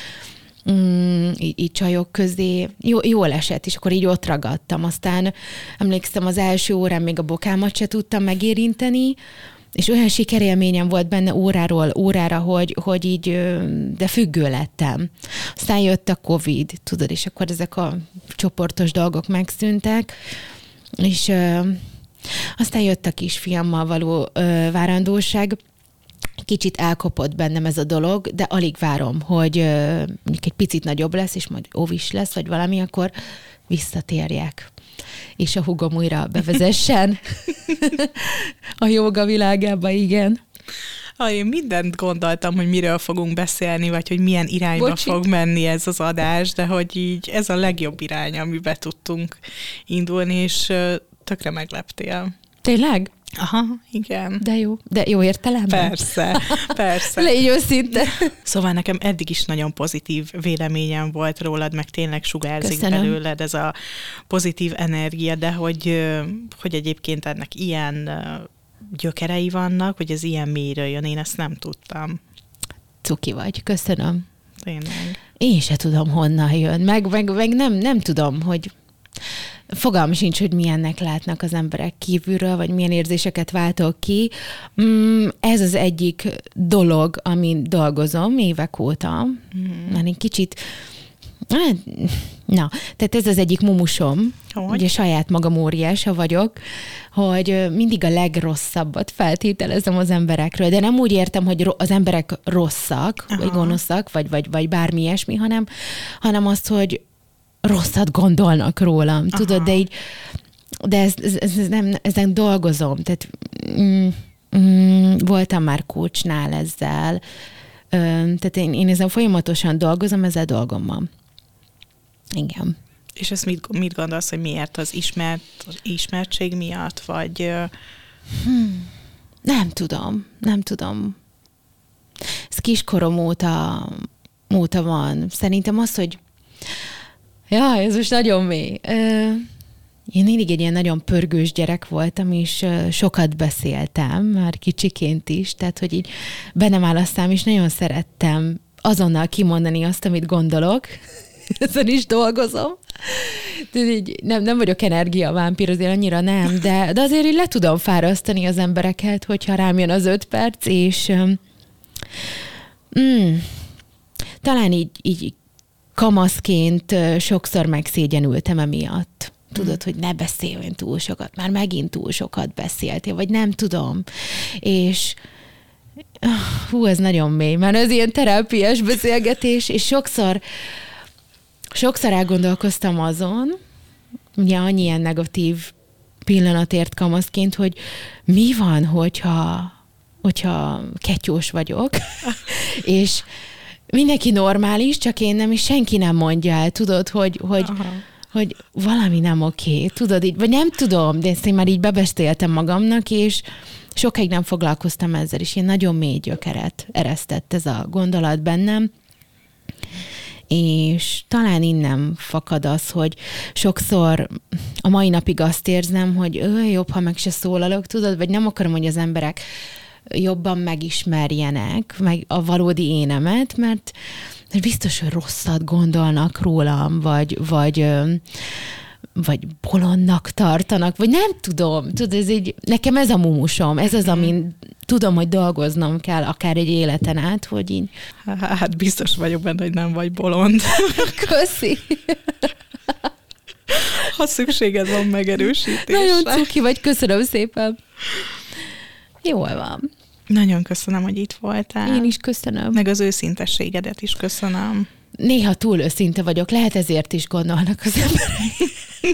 így csajok közé. Jól esett, és akkor így ott ragadtam. Aztán emlékszem, az első órán még a bokámat se tudtam megérinteni, és olyan sikerélményem volt benne óráról órára, hogy így, de függő lettem. Aztán jött a Covid, tudod, és akkor ezek a csoportos dolgok megszűntek, és aztán jött a kisfiammal való várandóság. Kicsit elkopott bennem ez a dolog, de alig várom, hogy mondjuk egy picit nagyobb lesz, és majd óvis lesz, vagy valami, akkor visszatérjek. És a húgom újra bevezessen a jóga világába, igen. Én mindent gondoltam, hogy miről fogunk beszélni, vagy hogy milyen irányba fog menni ez az adás, de hogy így ez a legjobb irány, amibe tudtunk indulni, és tökre megleptél. Tényleg? Aha, igen. De jó értelemben? Persze. Légy őszinte. Szóval nekem eddig is nagyon pozitív véleményem volt rólad, meg tényleg sugárzik belőled ez a pozitív energia, de hogy egyébként ennek ilyen gyökerei vannak, hogy ez ilyen mélyről jön, én ezt nem tudtam. Cuki vagy, köszönöm. Tényleg. Én se tudom, honnan jön. Meg nem tudom, hogy fogalmam sincs, hogy milyennek látnak az emberek kívülről, vagy milyen érzéseket váltok ki. Ez az egyik dolog, amin dolgozom évek óta. Már egy kicsit... Na, tehát ez az egyik mumusom, ugye saját magam óriása vagyok, hogy mindig a legrosszabbat feltételezem az emberekről, de nem úgy értem, hogy az emberek rosszak, vagy gonoszak, vagy bármi ilyesmi, hanem azt, hogy rosszat gondolnak rólam, tudod, de ezen dolgozom, tehát voltam már coachnál ezzel, tehát én ezen folyamatosan dolgozom, ezzel dolgom van. Igen. És ezt mit gondolsz, hogy miért? Az ismertség miatt, vagy... Nem tudom. Ez kiskorom óta van. Szerintem az, hogy ez most nagyon mély. Én mindig egy ilyen nagyon pörgős gyerek voltam, és sokat beszéltem, már kicsiként is, tehát, hogy így bennem áll a szám, és nagyon szerettem azonnal kimondani azt, amit gondolok. Ezen is dolgozom. Így nem vagyok energiavámpír, azért annyira nem, de azért így le tudom fárasztani az embereket, hogyha rám jön az 5 perc, és talán így kamaszként sokszor megszégyenültem emiatt. Tudod, hogy ne beszélj túl sokat, már megint túl sokat beszéltél, vagy nem tudom. És ez nagyon mély, mert ez ilyen terápiás beszélgetés, és sokszor elgondolkoztam azon, ugye annyi ilyen negatív pillanat ért kamaszként, hogy mi van, hogyha ketyós vagyok, és mindenki normális, csak én nem, és senki nem mondja el, tudod, hogy valami nem oké, tudod, így, vagy nem tudom, de ezt én már így bebeszéltem magamnak, és sokáig nem foglalkoztam ezzel, és ilyen nagyon mély gyökeret eresztett ez a gondolat bennem, és talán innen fakad az, hogy sokszor a mai napig azt érzem, hogy jobb, ha meg se szólalok, tudod, vagy nem akarom, hogy az emberek jobban megismerjenek, meg a valódi énemet, mert biztos, hogy rosszat gondolnak rólam, vagy bolondnak tartanak, vagy nem tudom. Tudod, nekem ez a mumusom, ez az, amin tudom, hogy dolgoznom kell akár egy életen át, hogy így... Hát biztos vagyok benne, hogy nem vagy bolond. Köszi! Ha szükséged van megerősítésre. Nagyon cuki vagy, köszönöm szépen. Jól van. Nagyon köszönöm, hogy itt voltál. Én is köszönöm. Meg az őszintességedet is köszönöm. Néha túl őszinte vagyok, lehet ezért is gondolnak az emberek.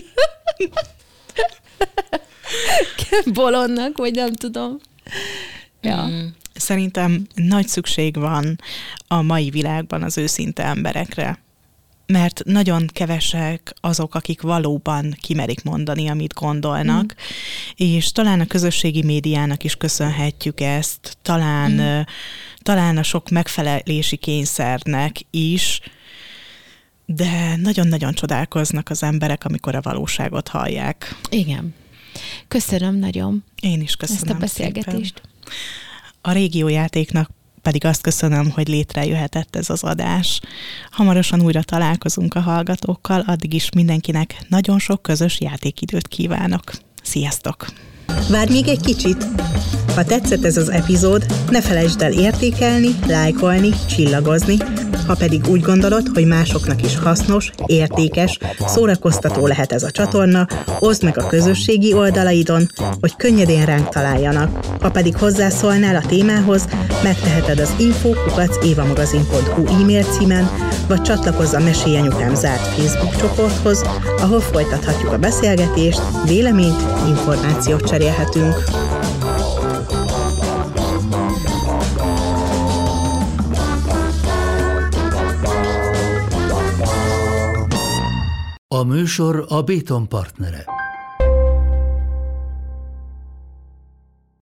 Bolondnak, vagy nem tudom. Ja. Szerintem nagy szükség van a mai világban az őszinte emberekre. Mert nagyon kevesek azok, akik valóban kimerik mondani, amit gondolnak, és talán a közösségi médiának is köszönhetjük ezt, talán a sok megfelelési kényszernek is, de nagyon-nagyon csodálkoznak az emberek, amikor a valóságot hallják. Igen. Köszönöm nagyon. Én is köszönöm ezt a beszélgetést. Szépen. A Régiójátéknak pedig azt köszönöm, hogy létrejöhetett ez az adás. Hamarosan újra találkozunk a hallgatókkal, addig is mindenkinek nagyon sok közös játékidőt kívánok. Sziasztok! Várj még egy kicsit! Ha tetszett ez az epizód, ne felejtsd el értékelni, lájkolni, csillagozni, ha pedig úgy gondolod, hogy másoknak is hasznos, értékes, szórakoztató lehet ez a csatorna, oszd meg a közösségi oldalaidon, hogy könnyedén ránk találjanak. Ha pedig hozzászólnál a témához, megteheted az info@évamagazin.hu e-mail címen, vagy csatlakozz a Mesélj Anyukám zárt Facebook csoporthoz, ahol folytathatjuk a beszélgetést, véleményt, információt cserélhetünk. A műsor a Béton partnere.